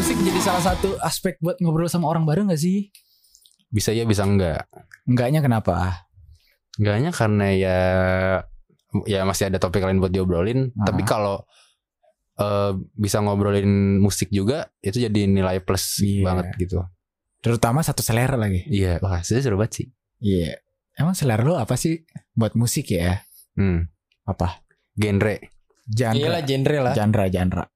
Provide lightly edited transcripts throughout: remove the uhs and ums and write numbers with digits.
musik jadi salah satu aspek buat ngobrol sama orang baru gak sih? Bisa ya bisa enggak. Enggaknya kenapa? Enggaknya karena ya masih ada topik lain buat diobrolin. Tapi kalau bisa ngobrolin musik juga, itu jadi nilai plus banget gitu. Terutama satu selera lagi. Iya, wah seru banget sih. Iya. Emang selera lu apa sih buat musik ya? Apa? Genre. Iyalah genre lah. Genre.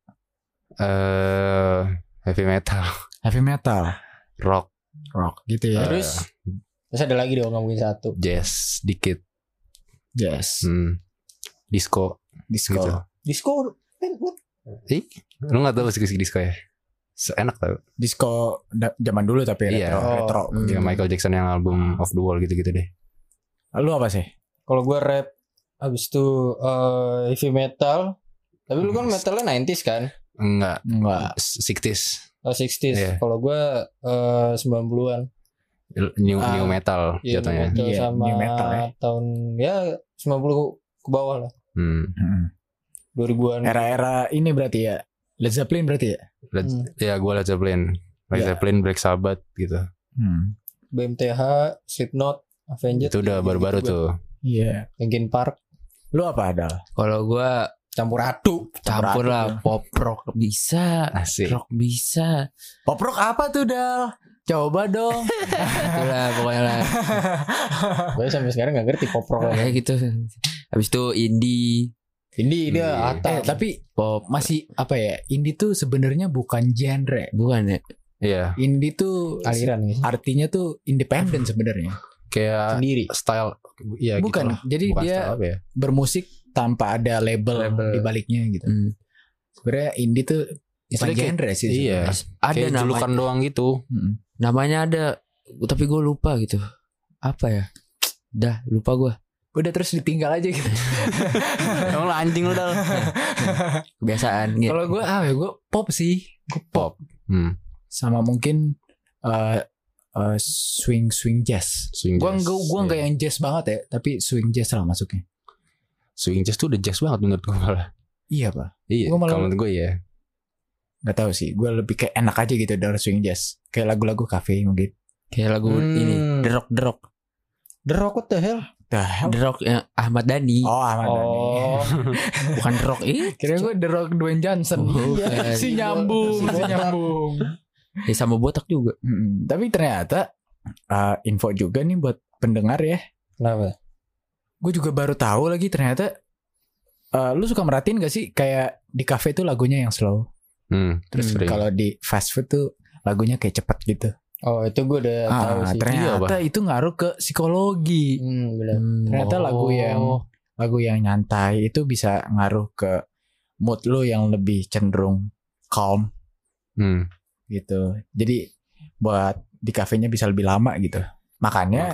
Heavy metal. Heavy metal. Rock gitu ya. Terus ada lagi dong ngomongin satu. Jazz dikit. Jazz. Disco. Gitu. Disco. Lu gak tahu musik disco ya? Enak tau. Disco zaman dulu tapi retro. Kayak Michael Jackson yang album Off the Wall gitu-gitu deh. Lu apa sih? Kalau gue rap, abis itu heavy metal. Tapi lu kan metalnya 90s kan? Enggak 60s. 60s. Yeah. Kalau gue 90-an. New metal jatuhnya. Iya, sama new metal ya. Tahun ya 90 ke bawah lah. 2000-an. Era-era ini berarti ya. Led Zeppelin berarti ya? Ya gue Led Zeppelin. Zeppelin, Black Sabbath gitu. BMTH, Slipknot, Avenged. Itu udah baru-baru tuh. Iya. Linkin Park. Lu apa Adal? Kalau gue Campur aduk. campur lah, pop rock bisa, Asik. rock bisa. Pop rock apa tuh Dal? Coba dong. Itulah pokoknya lah. Gue sampai sekarang gak ngerti pop rock. Kayak gitu. Habis itu indie, Ini dia Tapi pop masih apa ya? Indie tuh sebenarnya bukan genre. bukan ya? Iya. Indie tuh aliran gitu. artinya tuh independen sebenarnya. Kayak Sendiri. style. Iya Bukan. gitu. Jadi Bukan dia style apa ya? bermusik tanpa ada label di baliknya gitu. Sebenarnya indie tuh bukan Istilahnya kayak- genre sih. Iya. Ada Kayak namanya, julukan doang gitu. namanya ada, tapi gue lupa gitu. Apa ya? Dah lupa gue. Udah terus ditinggal aja gitu. Emang lu anjing lu Dal. Kebiasaan gitu. Kalau gue gue pop sih. Gue pop. Sama mungkin swing jazz. Swing Gue jazz. nggak yang jazz banget ya, tapi swing jazz lah masuknya. Swing jazz tuh udah jazz banget menurut gue malah. Iya pak. Iya. Gua malah- Kalau menurut gue ya. Nggak tahu sih. Gue lebih kayak enak aja gitu dari swing jazz. Kayak lagu-lagu cafe mungkin. Kayak lagu ini, The Rock. The Rock, what the hell? Dah. The Rock yang Ahmad Dhani. Oh Ahmad Dhani. Bukan The Rock ini. Kira gue The Rock Dwayne Johnson. Bukan. Si nyambung. Ya sama botak juga. Tapi ternyata info juga nih buat pendengar ya. Kenapa? Gue juga baru tahu lagi ternyata. Lu suka merhatiin gak sih kayak di cafe tuh lagunya yang slow. Terus kalau di fast food tuh lagunya kayak cepet gitu. Oh itu gue udah tahu sih. Ternyata itu ngaruh ke psikologi. Benar. Ternyata lagu yang nyantai itu bisa ngaruh ke mood lu yang lebih cenderung calm gitu. Jadi buat di kafenya bisa lebih lama gitu. Makanya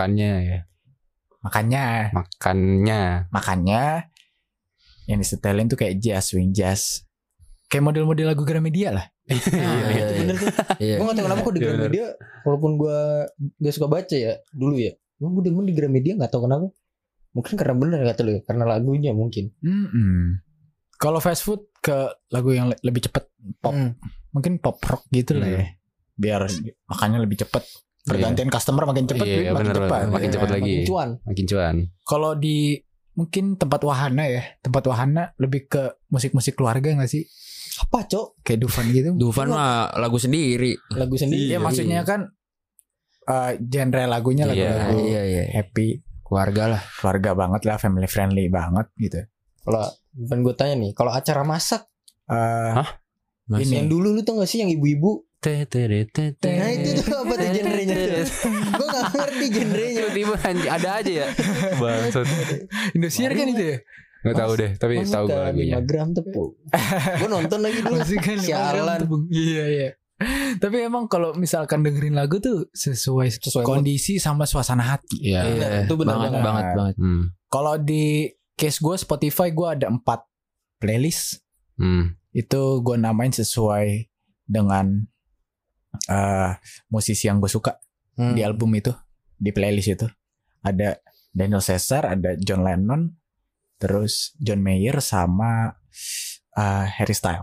yang disetelin tuh kayak jazz, swing jazz. Kayak model-model lagu Gramedia lah. Iya, itu bener tuh. Iya. Gue gak tau kenapa kok di Gramedia, walaupun gue gak suka baca ya dulu ya, gue demen di Gramedia gak tau kenapa. Mungkin karena bener kata lu ya, karena lagunya mungkin. Kalau fast food ke lagu yang lebih cepet, pop, mungkin pop rock gitu lah ya, biar makannya lebih cepet. Pergantian customer makin cepet, makin cepat, makin cepet lagi, makin cuan. Kalau di mungkin tempat wahana lebih ke musik-musik keluarga nggak sih? Apa cok? Kayak Dufan gitu. Dufan mah lagu sendiri. Iya maksudnya kan genre lagunya lagu happy, keluarga banget lah, family friendly banget gitu. Kalau Dufan gue tanya nih, kalau acara masak, ini yang dulu lu tau gak sih yang ibu-ibu? Nah itu tuh apa tuh genrenya tuh? Gue gak ngerti genrenya. Tiba-tiba ada aja ya. Bangsat. Indosiar kan itu ya? Gak tahu deh, tapi tahu gue lagunya. 5 gram tepung. Gue nonton lagi dulu. Sialan. Iya. Tapi emang kalau misalkan dengerin lagu tuh sesuai kondisi sama suasana hati. Iya. Itu benar banget. Kalau di case gue Spotify gue ada 4 playlist. Itu gue namain sesuai dengan musisi yang gue suka di album itu, di playlist itu. Ada Daniel Caesar, ada John Lennon, terus John Mayer sama Harry Styles.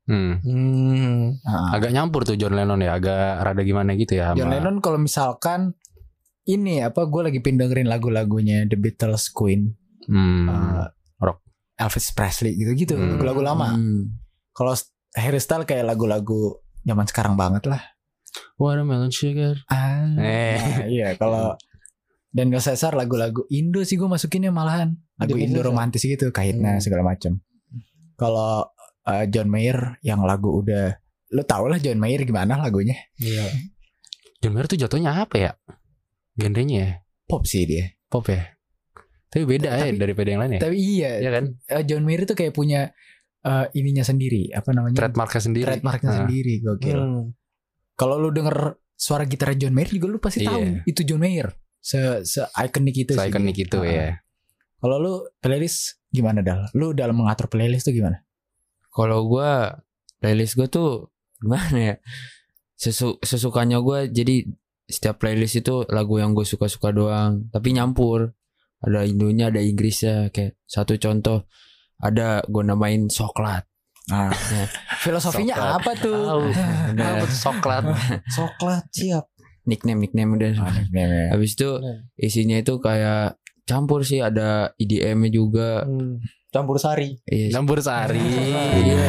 Agak nyampur tuh John Lennon ya, agak rada gimana gitu ya. John Lennon kalau misalkan ini apa, gue lagi dengerin lagu-lagunya The Beatles, Queen, rock, Elvis Presley gitu-gitu, lagu-lagu lama. Kalau Harry Styles kayak lagu-lagu zaman sekarang banget lah. Watermelon Sugar. Iya, kalau Daniel Caesar lagu-lagu Indo sih gue masukinnya malahan. Lagu Indo romantis gitu, Kahitna segala macam. Kalau John Mayer yang lagu udah, lu tau lah John Mayer gimana lagunya. Iya. John Mayer tuh jatuhnya apa ya? Genrenya ya? Pop sih dia. Pop ya? Tapi beda ya daripada yang lain ya? Tapi iya kan? John Mayer tuh kayak punya ininya sendiri, apa namanya? Trademarknya sendiri, gokil. Kalau lu denger suara gitar John Mayer juga lu pasti tahu itu John Mayer. Se-ikonik itu sih. Se-ikonik itu ya. Kalau lu playlist gimana Dal? Lu dalam mengatur playlist tuh gimana? Kalau gue playlist gue tuh gimana ya? Sesukanya gue, jadi setiap playlist itu lagu yang gue suka-suka doang, tapi nyampur. Ada Indonya, ada Inggrisnya. Kayak satu contoh, ada gue namain Soklat. Filosofinya Soklat. Apa tuh? Soklat. Soklat siap. Nickname udah. Habis itu isinya itu kayak campur sih, ada EDM-nya juga. Campur sari. Iya. Campur sari. Iya.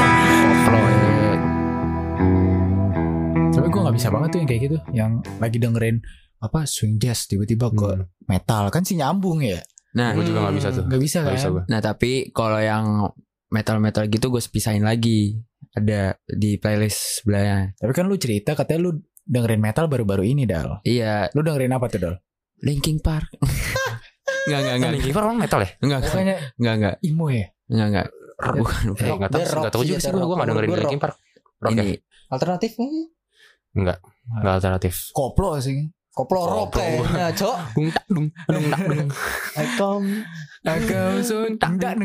Tapi gue nggak bisa banget tuh yang kayak gitu, yang lagi dengerin apa swing jazz tiba-tiba ke metal, kan sih nyambung ya. Nah, gue juga nggak bisa tuh. Nggak bisa kan? Nah tapi kalau yang metal gitu gue pisahin lagi, ada di playlist sebelahnya. Tapi kan lu cerita katanya lu dengerin metal baru-baru ini Dal. Iya. Lu dengerin apa tuh Dal? Linkin Park. Enggak. Linkin Park metal ya? Enggak. Imo ya? Enggak. Bukan. Enggak tahu juga sih, gue enggak dengerin Linkin Park. Ini alternatif enggak alternatif. Koplo sih. Koplo rock kayaknya, Cok. Dung. Agam sun tak.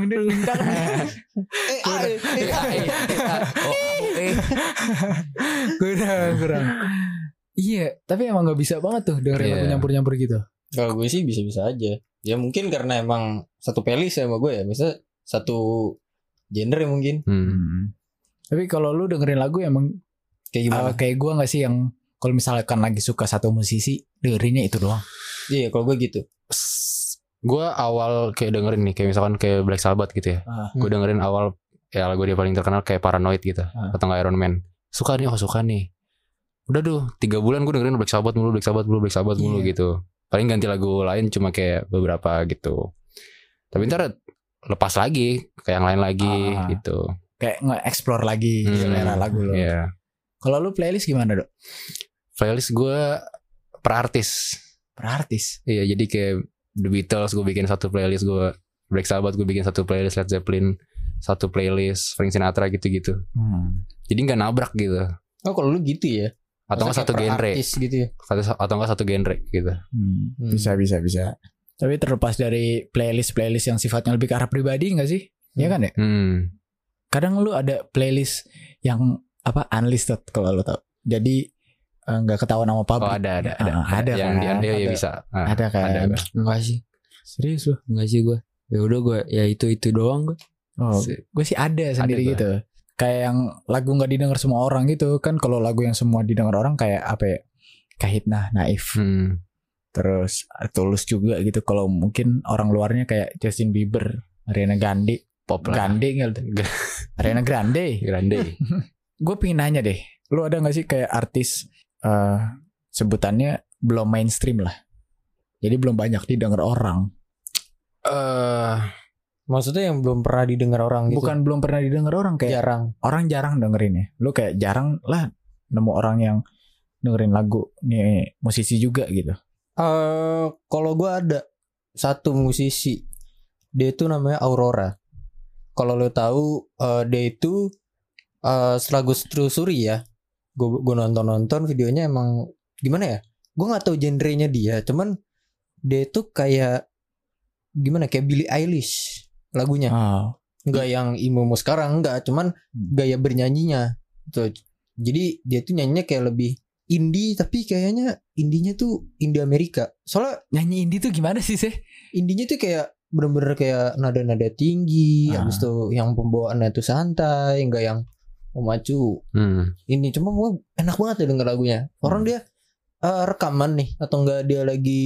Kurang. Iya, tapi emang nggak bisa banget tuh dengerin lagu nyampur-nyampur gitu. Kalau gue sih bisa aja. Ya mungkin karena emang satu playlist sama gue ya, misalnya satu genre mungkin. Tapi kalau lu dengerin lagu emang kayak gimana? Kayak gue nggak sih yang kalau misalkan lagi suka satu musisi dengerinnya itu doang. Iya, kalau gue gitu. Gue awal kayak dengerin nih, kayak misalkan kayak Black Sabbath gitu ya. Gue dengerin awal ya lagu dia paling terkenal kayak Paranoid gitu, atau nggak Iron Man. Suka nih. Udah tuh 3 bulan gue dengerin Black Sabbath mulu gitu. Paling ganti lagu lain cuma kayak beberapa gitu. Tapi ntar lepas lagi kayak yang lain lagi gitu. Kayak nge-explore lagi selera lagu lo. Iya. Kalau lu playlist gimana, Dok? Playlist gue per artis. Iya, jadi kayak The Beatles gue bikin satu playlist, gue Black Sabbath gue bikin satu playlist, Led Zeppelin satu playlist, Frank Sinatra gitu. Jadi nggak nabrak gitu. Oh, kalau lu gitu ya? Atau nggak satu genre? Gitu ya? Atau nggak satu genre gitu? Bisa. Tapi terlepas dari playlist yang sifatnya lebih ke arah pribadi nggak sih? Iya kan ya? Kadang lu ada playlist yang apa unlisted kalau lo tau. Jadi nggak ketahuan nama pabrik. Oh ada yang kan? Dia bisa. Ada kan? Ada. Enggak sih. Serius lo? Enggak sih gue. Ya udah gue ya itu doang gue. Oh, gue sih ada sendiri gitu. Kayak yang lagu nggak didengar semua orang gitu kan. Kalau lagu yang semua didengar orang kayak apa ya? Kahitna, Naif. Terus Tulus juga gitu. Kalau mungkin orang luarnya kayak Justin Bieber, Ariana Grande, pop Grande gitu. Ariana Grande. Gue pengen nanya deh, lu ada gak sih kayak artis sebutannya belum mainstream lah, jadi belum banyak didengar orang? Maksudnya yang belum pernah didengar orang gitu? Bukan belum pernah didengar orang, kayak orang jarang dengerin ya. Lu kayak jarang lah nemu orang yang dengerin lagu nih, musisi juga gitu. Kalau gue ada satu musisi, dia itu namanya Aurora. Kalau lo tahu, dia itu setelah gue telusuri ya, gue nonton videonya, emang gimana ya, gue nggak tahu genrenya dia, cuman dia itu kayak gimana, kayak Billie Eilish lagunya, nggak yang emo sekarang, nggak, cuman gaya bernyanyinya tuh. Jadi dia tuh nyanyinya kayak lebih indie, tapi kayaknya indinya tuh indie Amerika. Soalnya nyanyi indie tuh gimana sih? Indinya tuh kayak bener-bener kayak nada-nada tinggi, habis itu yang pembawaannya tuh santai, nggak yang memacu. Ini cuma gue enak banget ya denger lagunya. Orang dia rekaman nih atau enggak dia lagi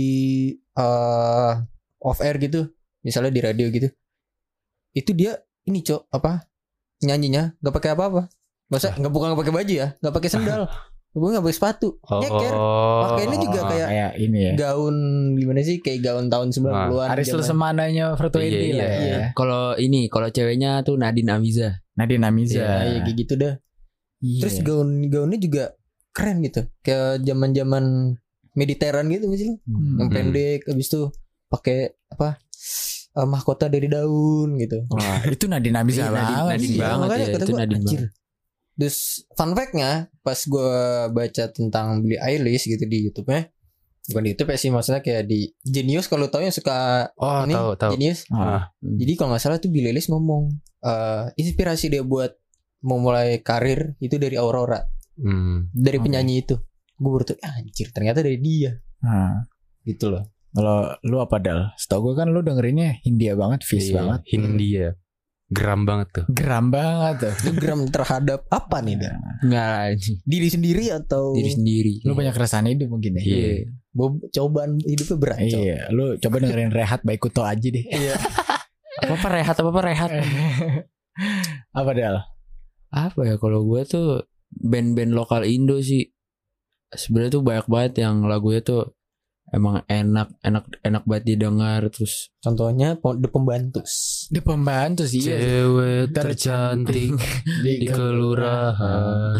off air gitu, misalnya di radio gitu. Itu dia ini nyanyinya nggak pakai apa-apa. Masa bukan nggak pakai baju ya, nggak pakai sendal. Gue nggak pakai sepatu, nyeker. Pakainya juga kayak ini ya. Gaun gimana sih? Kayak gaun tahun 90-an. Aris Lesemananya Vertuenti lah ya. Kalau ceweknya tuh Nadine Amiza. Iya, kayak gitu dah. Terus gaunnya juga keren gitu. Kayak zaman-zaman Mediteran gitu sih. Yang pendek, habis itu pakai mahkota dari daun gitu. Wah, itu Nadine Amiza banget. Nadine banget ya, itu Nadine banget. Terus fun fact-nya pas gue baca tentang Billie Eilish gitu di YouTube-nya, bukan di YouTube ya sih, maksudnya kayak di Genius, kalau tahu yang suka tahu. Genius. Jadi kalau nggak salah tuh Billie Eilish ngomong inspirasi dia buat memulai karir itu dari Aurora, dari penyanyi itu. Gue baru tuh anjir ternyata dari dia. Gitu loh. Kalau lu apa Dal? Setahu gue kan lu dengerinnya Hindia banget, Fish banget. Hindia. Geram banget tuh. Lu geram terhadap apa nih dah? Enggak, diri sendiri atau diri sendiri. Lu banyak keresahan hidup mungkin ya. Iya. Cobaan hidupnya berat. Iya, lu coba dengerin Rehat by Kuto aja deh. Iya. apa rehat. Apa Dal? Apa ya, kalau gue tuh band-band lokal Indo sih sebenarnya tuh banyak banget yang lagunya tuh emang enak banget didengar. Terus contohnya The Pembantu sih. Cewek tercantik di kelurahan.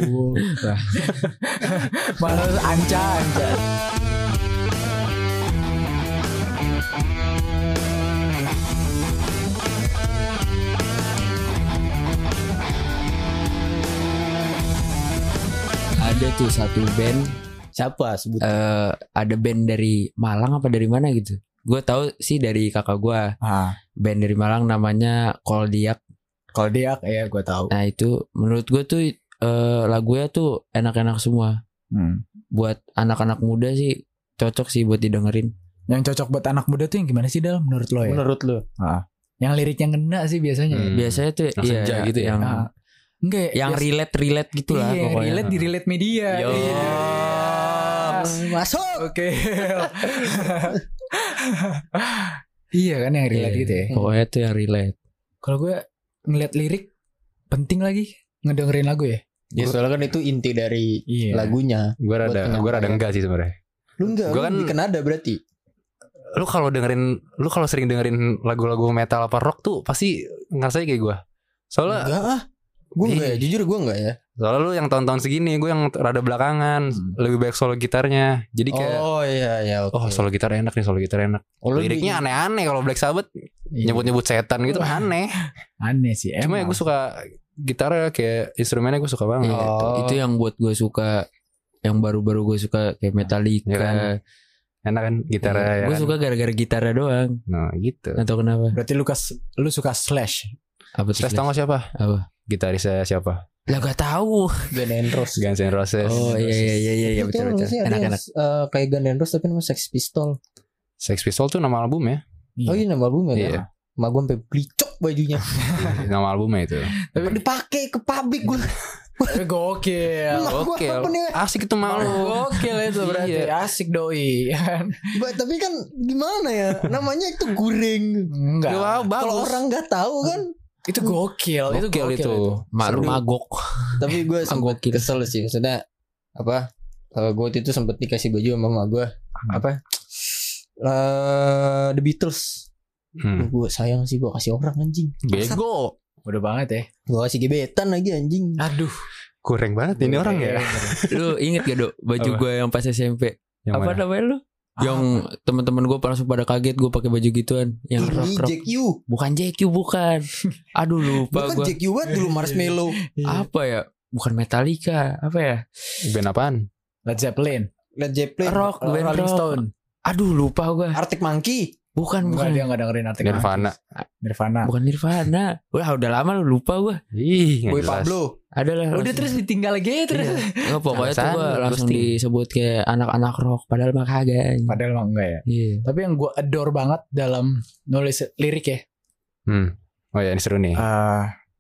Malah Anca. Ada tuh satu band. Siapa sebut? Ada band dari Malang apa dari mana gitu. Gue tahu sih dari kakak gue. Band dari Malang namanya Koldiak ya, gue tahu. Nah itu menurut gue tuh lagunya tuh enak-enak semua. Buat anak-anak muda sih cocok sih buat didengerin. Yang cocok buat anak muda tuh yang gimana sih Dal menurut lo ya? Menurut lo? Yang liriknya ngena sih biasanya. Biasanya tuh iya gitu ya. Enggak, yang relate gitu lah pokoknya. Relate di relate media. Masuk. Oke. Iya kan yang relate gitu ya. Pokoknya tuh yang relate. Kalau gue ngeliat lirik penting lagi ngedengerin lagu ya. Ya soalnya kan itu inti dari lagunya. Gue rada enggak sih sebenarnya. Lu enggak, lu kan di Kanada berarti. Lu kalau sering dengerin lagu-lagu metal apa rock tuh pasti ngerasanya kayak gue. Soalnya enggak gue enggak ya, jujur gue enggak ya. Soalnya lu yang tahun-tahun segini, gue yang rada belakangan, lebih banyak solo gitarnya. Jadi kayak okay. Solo gitar enak. Liriknya aneh-aneh. Kalau Black Sabbath nyebut-nyebut setan gitu aneh. Aneh sih emang. Cuma ya gue suka gitarnya, kayak instrumennya gue suka banget. Itu yang buat gue suka. Yang baru-baru gue suka kayak Metallica. Ya kan? Enak kan gitarnya. Ya gue kan? suka gara-gara gitarnya doang. Nah gitu. Atau kenapa? Berarti lu suka Slash. Apa tuh Slash? Tau gak siapa? Apa? Gitarisnya siapa? Lah gak tahu. Guns N' Roses. Oh iya betul. Enak-enak. Kayak Guns N' Roses tapi nama Sex Pistol. Sex Pistol tuh nama album ya? Oh iya nama albumnya. Iya. Mak gue sampai beli cok bajunya. Nama albumnya itu. Tapi dipakai ke pabrik gue. Gokil. Asik itu malu. Gokil itu berarti. Asik doi. Tapi kan gimana ya? Namanya itu guring. Enggak. Kalau orang nggak tahu kan. Itu gokil itu. Malu magok. Tapi gue sempet kesel sih. Maksudnya apa? Gue itu sempet dikasih baju sama mama gue. Apa? The Beatles. Gue sayang sih gue kasih orang anjing. Bego. Udah banget ya. Gue kasih gebetan lagi anjing. Aduh. Kurang banget ini orang ya. Lu inget gak Dok baju gue yang pas SMP? Apa namanya lu? Yang teman-teman gue langsung pada kaget gue pakai baju gituan. Yang rock. Bukan JQ bukan. Aduh lupa gue. Bukan JQ banget dulu Marshmello. Apa ya? Bukan Metallica. Apa ya? Band apaan? Led Zeppelin. Rock. Band Rolling rock. Stone. Aduh lupa gue. Arctic Monkey. Bukan. Dia gak dengerin Arctic Nirvana. Bukan Nirvana. Udah lama lu lupa gue. Boy Pablo. Adalah. Udah terus ditinggal lagi terus. Enggak, pokoknya tuh gue langsung disebut kayak anak-anak rock. Padahal mah kagak. Padahal mah enggak ya. Iya. Tapi yang gue adore banget dalam nulis lirik ya. Oh ya ini seru nih.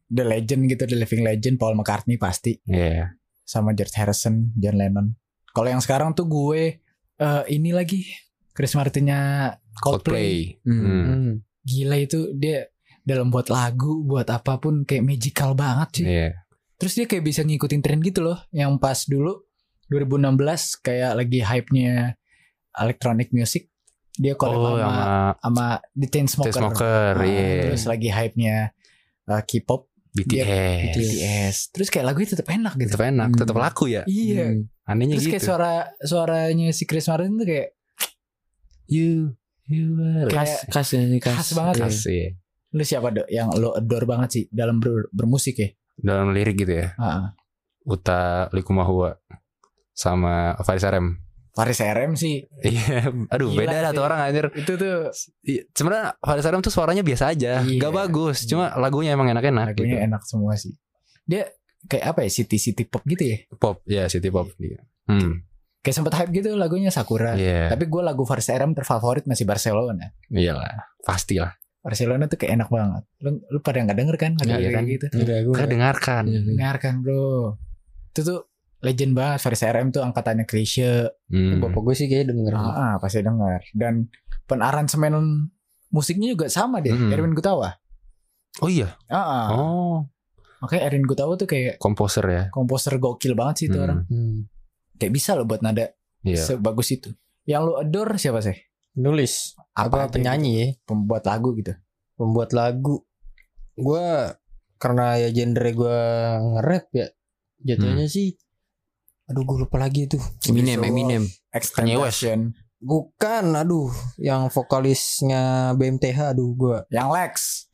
the legend gitu, the living legend, Paul McCartney pasti. Iya. Sama George Harrison, John Lennon. Kalau yang sekarang tuh gue ini lagi Chris Martinnya Coldplay. Gila itu, dia dalam buat lagu, buat apapun kayak magical banget sih. Iya. Terus dia kayak bisa ngikutin tren gitu loh. Yang pas dulu 2016 kayak lagi hype-nya electronic music, dia collab sama The Chainsmoker. Terus lagi hype-nya K-pop, BTS. Terus kayak lagunya tetap enak gitu. Tetap enak, tetap laku ya. Iya. Anehnya terus gitu. Terus kayak suaranya si Chris Martin tuh kayak You are khas banget. Khas, iya. Lu siapa yang lo adore banget sih dalam bermusik ya? Dalam lirik gitu ya. Utha Likumahua sama Faris RM. Faris RM sih. Iya, aduh gila, beda satu orang anjir. Itu tuh sebenarnya Faris RM tuh suaranya biasa aja, gak bagus, cuma lagunya emang enak-enak. Lagunya gitu. Enak semua sih. Dia kayak apa ya, city pop gitu ya? Pop, ya city pop dia. Kayak sempet hype gitu lagunya Sakura. Tapi gue lagu Faris RM terfavorit masih Barcelona. Iyalah, pastilah. Barcelona tuh kayak enak banget. Lu pada nggak denger kan? Iya kan? Gitu. Dengarkan bro. Itu tuh legend banget. Faris RM tuh angkatannya Krisye. Bapak gue sih kayaknya denger. Pasti denger. Dan penaransemen musiknya juga sama deh. Erwin Gutawa. Oh iya. Makanya Erwin Gutawa tuh kayak komposer ya. Komposer gokil banget sih itu orang. Kayak bisa loh buat nada sebagus itu. Yang lu adore siapa sih? Nulis. Apa penyanyi ya? Pembuat lagu gitu. Pembuat lagu. Gue karena ya genre gue nge-rap ya. Jatuhnya sih. Aduh gue lupa lagi itu. Eminem. Extension. Bukan, aduh, yang vokalisnya BMTH, aduh gue. Yang Lex.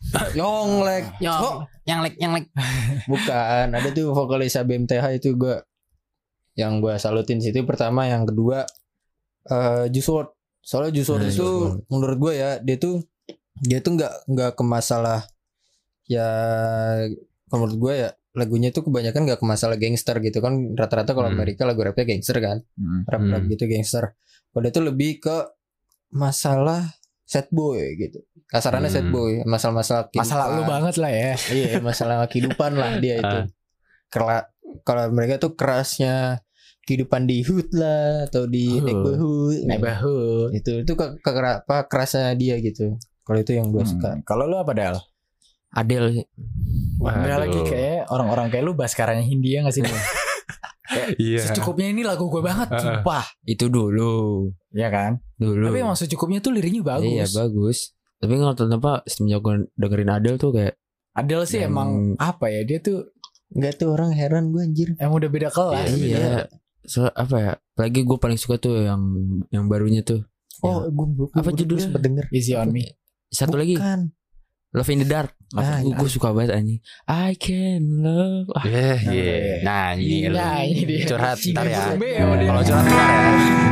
Bukan, ada tuh vokalisnya BMTH itu gue. Yang gue salutin situ pertama, yang kedua Juice WRLD. Soalnya Juice WRLD itu menurut gue ya, dia tuh nggak ke masalah ya, menurut gue ya lagunya tuh kebanyakan nggak ke masalah gangster gitu kan. Rata-rata kalau Amerika lagu rapnya gangster kan, rap gitu gangster. Kalau dia tuh lebih ke masalah sad boy gitu, kasarannya sad boy, masalah lu banget lah ya. Iya, masalah kehidupan lah dia itu. Kalau mereka tuh kerasnya kehidupan di hood lah atau di neighborhood. Itu kerasnya dia gitu. Kalau itu yang gue suka. Kalau lu apa Del? Adele. Ada lagi kayak orang-orang kayak lu Baskaranya Hindia gak sih? Secukupnya ini lagu gue banget, sumpah. Itu dulu. Iya kan? Dulu. Tapi emang secukupnya tuh liriknya bagus. Iya bagus. Tapi nggak tahu kenapa semenjak gue dengerin Adele tuh kayak Adele sih emang apa ya, dia tuh nggak tuh orang heran gue anjir. Emang udah beda kelas. Iya. So, apa ya? Apalagi gue paling suka tuh yang barunya tuh. Oh, gue apa judulnya? Sempet denger. Easy on Me. Satu lagi. Love in the Dark. Gue suka banget anjing. I can love. Nah, ini curhat ntar ya. Kalau curhat ntar ya.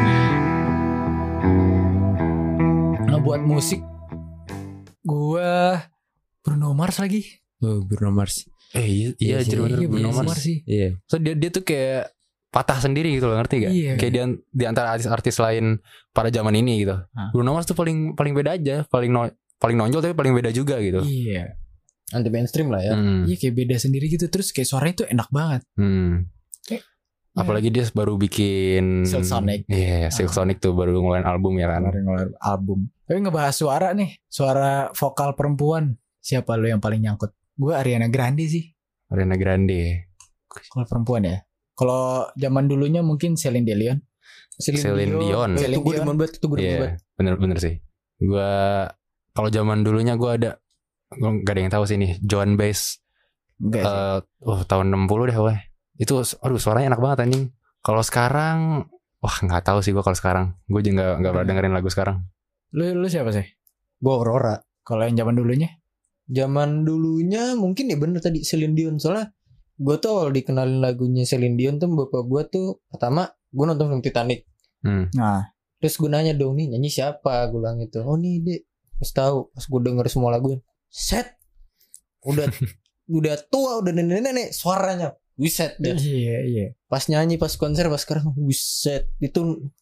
Ngebuat musik gue Bruno Mars lagi. Bruno Mars. Iya Bruno Mars sih. Iya. So dia tuh kayak patah sendiri gitu loh, ngerti gak? Iya. Kayak di antara artis-artis lain pada zaman ini gitu. Bruno Mars tuh paling beda aja, paling nonjol tapi paling beda juga gitu. Iya. Anti mainstream lah ya. Iya kayak beda sendiri gitu. Terus kayak suaranya tuh enak banget. Apalagi dia baru bikin Silk Sonic. Iya, Silk Sonic tuh baru ngeluarin album ya kan. Ngeluarin album. Tapi ngebahas suara nih, suara vokal perempuan. Siapa lo yang paling nyangkut? Gue Ariana Grande sih. Ariana Grande. Kalau perempuan ya. Kalau zaman dulunya mungkin Celine Dion. Celine Dion. Itu gue demen banget. Bener sih. Gue kalau zaman dulunya gue gak ada yang tahu sih nih. Joan Baez. Tahun 60 deh weh. Itu suaranya enak banget anjing. Kalau sekarang nggak tahu sih gue kalau sekarang. Gue juga nggak pernah dengerin lagu sekarang. Lu siapa sih? Gue Aurora. Kalau yang zaman dulunya? Zaman dulunya mungkin ya bener tadi Celine Dion. Soalnya gue tuh awal dikenalin lagunya Celine Dion tuh bapak gue tuh pertama gue nonton film Titanic. Nah, terus gue nanya dong nih nyanyi siapa, gue bilang itu. Oh nih dek. Terus tahu pas gue denger semua lagunya. Set. Udah tua, udah nenek-nenek suaranya. Wiset deh. Iya. Pas nyanyi, pas konser, pas sekarang wiset. Itu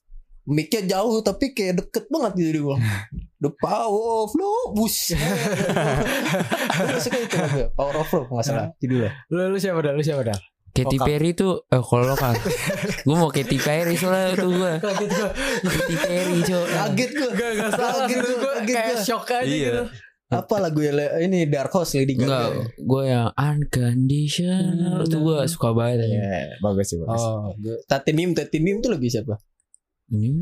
mic-nya jauh tapi kayak deket banget gitu dia bilang. The power of love, bus. Gue suka itu lagu, Power of Love nggak salah judulnya. Lu siapa dah? Katy Perry tuh kalau lokal. Gue mau Katy Perry soalnya tuh gue. Katy Perry Kaget gue. Gak salah gitu gue kayak shock aja gitu. Apa lagu ini Dark Horse Lady Gaga? Enggak, gue yang Unconditional itu gue suka banget. Iya, bagus sih bagus. Oh, Tatinim tuh lebih siapa? Ini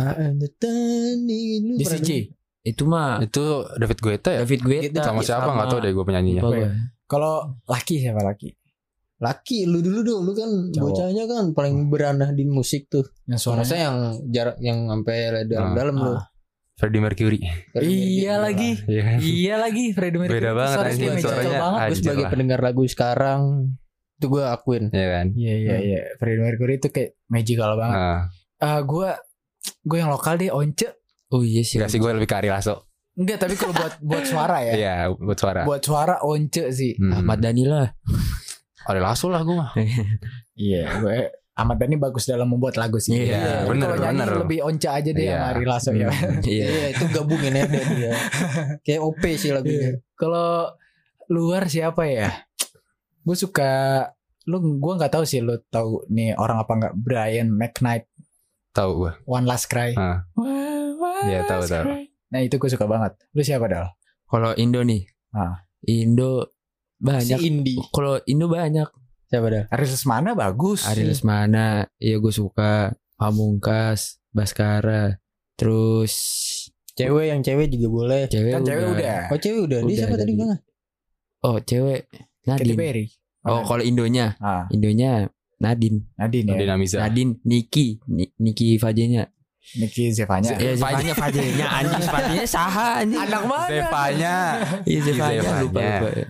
DCJ. itu mah Itu David Guetta ya? David Guetta Sama siapa nggak tahu deh gue penyanyinya. Kalau laki siapa laki? Laki lu dulu dong, lu kan Cowok. bocahnya kan paling beranah di musik tuh. Yang Suaranya suaranya yang jarak yang sampai dalam-dalam lu. Freddie Mercury. Iya lagi. Iya lagi Freddie Mercury. Beda banget Suaranya anjing, magical suaranya. banget. Gue Anjir sebagai lah. pendengar lagu sekarang itu gue akuin. Iya kan? Iya. Freddie Mercury itu kayak magical banget. Nah, Gue yang lokal deh Once. Oh iya sih. sih gue lebih ke Ari Lasso. Enggak, tapi kalau buat suara ya. Iya, buat suara. Buat suara Once sih. Ahmad Dhani lah. Ari Lasso lah gue mah. Iya, gue Ahmad Dhani bagus dalam membuat lagu sih. Iya, Tapi bener, kalau nyanyi bener. lebih Once aja deh Iya. sama Ari Lasso ya. Iya, itu gabungin ya dia. Kayak OP sih lagunya. Kalau luar siapa ya? Gue suka gue nggak tahu sih lu tahu nih orang apa nggak, Brian McKnight, Tahu gue. One Last Cry. Ah. Iya, tahu. Nah itu gue suka banget. Lu siapa Dal? Kalau Indo nih. Indo Si banyak. Indie. Kalau Indo banyak. Siapa dah? Aris Lesmana bagus. Ari Lesmana, iya gue suka. Pamungkas, Baskara, terus Yang cewek juga boleh. cewek Kan cewek udah. Oh cewek udah. Dia Udah siapa tadi tadi. bilang? Oh cewek Katy Nadine. Perry. Oh kalau Indonya Nadine. Nadine ya. Dinamiza. Nadine, Niki Fajenya. Niki Zevanya. Ya Zevanya Fajenya. Anjing Fajenya saha anjing. Anak mana? Zevanya. Iya Zevanya Zevanya. lupa.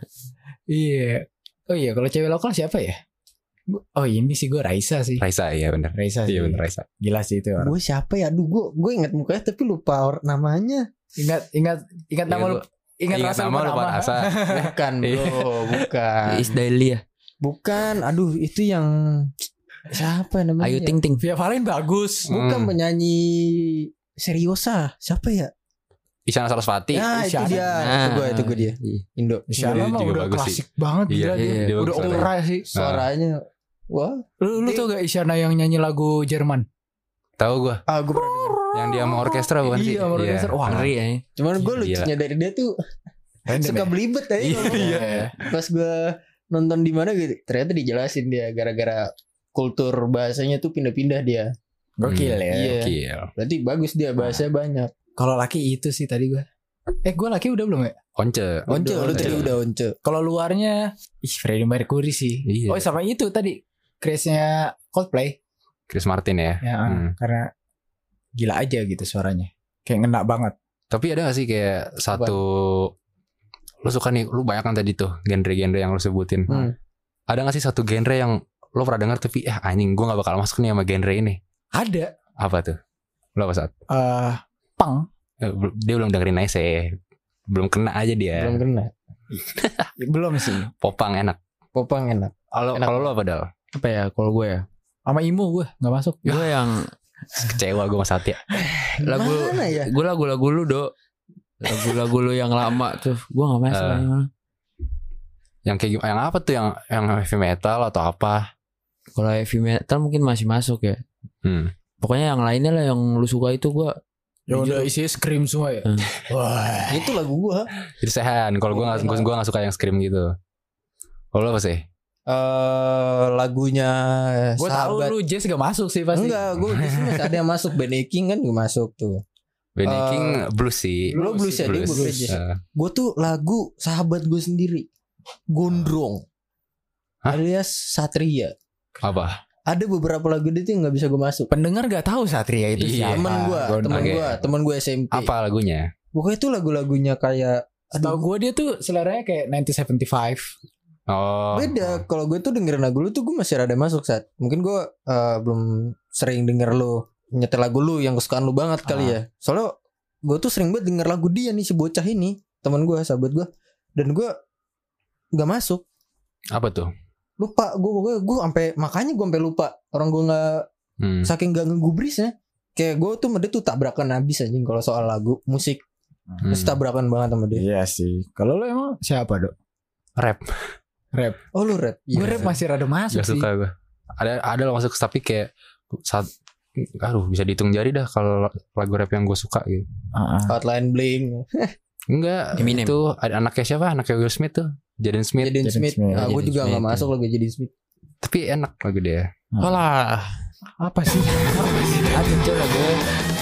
Iya. Oh iya, kalau cewek lokal siapa ya? Oh ini sih gue Raisa sih. Raisa, iya bener. Raisa sih. Iya bener Raisa. Gila sih itu orang. Gue siapa ya? Aduh gue ingat mukanya tapi lupa namanya. Ingat nama Iya, lu. Ingat rasa nama lupa nama. rasa. Bukan bro, bukan. Is Daily ya. Bukan. Aduh itu yang siapa namanya? Ayu Ting Ting. Via Valen bagus. Bukan penyanyi Seriosa. Siapa ya? Isyana Sarasvati. Nah itu Isyana. dia. Itu gue dia. Indo. Isyana Dia mah juga udah bagus klasik banget Iya, gila dia. dia Udah bagus opera sih. Suaranya. Wah. Lu tau gak Isyana yang nyanyi lagu Jerman? Tahu gue. Gue pernah denger. Yang dia mau orkestra bukan sih? Iya, sama orkestra. Wah, Ngeri ya. Cuman gue Gila. lucunya dari dia tuh suka belibet ya. Iya. Pas gue nonton di mana gitu, ternyata dijelasin dia gara-gara kultur bahasanya tuh pindah-pindah dia. Gokil ya. Iya. Gokil. Berarti bagus dia bahasa banyak. Kalau laki itu sih tadi gue. Gue laki udah belum ya? Once. Once, lu Once. tadi udah once. Kalau luarnya Freddie Mercury sih. Iya. Oh sama itu tadi Chris-nya Coldplay. Chris Martin ya. Ya, Hmm. karena gila aja gitu suaranya. Kayak ngena banget. Tapi ada gak sih kayak satu lu suka nih, lu banyak kan tadi tuh genre-genre yang lu sebutin. Ada gak sih satu genre yang lu pernah dengar tapi anjing gue gak bakal masuk nih sama genre ini? Ada Apa tuh? Lu apa saat? punk. Dia belum dengerin aja sih. Belum kena aja dia. Belum kena. Belum sih. Popang enak. Popang enak. Kalau lu apa Dal? Apa ya kalau gue ya? Sama Imo gue gak masuk. Gue yang Kecewa gue sama Satya. lagu Mana ya? gue lagu-lagu lu do. Lagu-lagu lu yang lama tuh gue gak masuk. Yang kayak gimana? Yang apa tuh? Yang heavy metal atau apa? Kalau heavy metal mungkin masih masuk ya. Pokoknya yang lainnya lah yang lu suka itu gue. Ya udah isinya scream semua ya. Wah. Itu lagu gua. Itu sehan. Kalau gue gak suka yang scream gitu. Kalau lu apa sih? Lagunya Gue tahu Sahabat. lu Jazz gak masuk sih pasti. Enggak, gue masih ada yang masuk. Benny King kan juga masuk tuh. Benny King blues sih. Lo blues ya, dia blues aja. Gue tuh lagu sahabat gue sendiri, Gondrong, alias Satria. Apa? Ada beberapa lagu dia tuh yang nggak bisa gue masuk. Pendengar gak tahu Satria itu Iya. siapa. Temen gue SMP. Apa lagunya? Pokoknya tuh lagu-lagunya kayak Tahu gue dia tuh seleranya kayak 1975. Oh. beda. Kalau gue tuh dengerin lagu lu tuh gue masih rada masuk saat. Mungkin gue belum sering denger lu nyetel lagu lu yang kesukaan lu banget kali ya. Soalnya gue tuh sering banget denger lagu dia nih, si bocah ini, teman gue, sahabat gue, dan gue nggak masuk. Apa tuh? Lupa gue sampai makanya gue sampai lupa orang gue nggak saking gak ngegubrisnya. kayak gue tuh sama dia tuh tabrakan habis anjing kalau soal lagu musik. Terus tabrakan banget sama dia. Iya sih. Kalau lu emang siapa, Dok? Rap. Oh lu rap. Gue rap masih rada masuk Gak sih. suka gue. Ada lah masuk, tapi kayak saat bisa dihitung jari dah kalau lagu rap yang gue suka gitu. Hotline Bling. Enggak, Eminem. itu ada anaknya siapa? Anaknya Will Smith tuh, Jaden Smith. Jaden Smith. Smith. Nah, gue Jaden juga Smith, gak masuk lagu Jaden Smith. Tapi enak lagu dia. Alah, Apa sih? ada coba gue.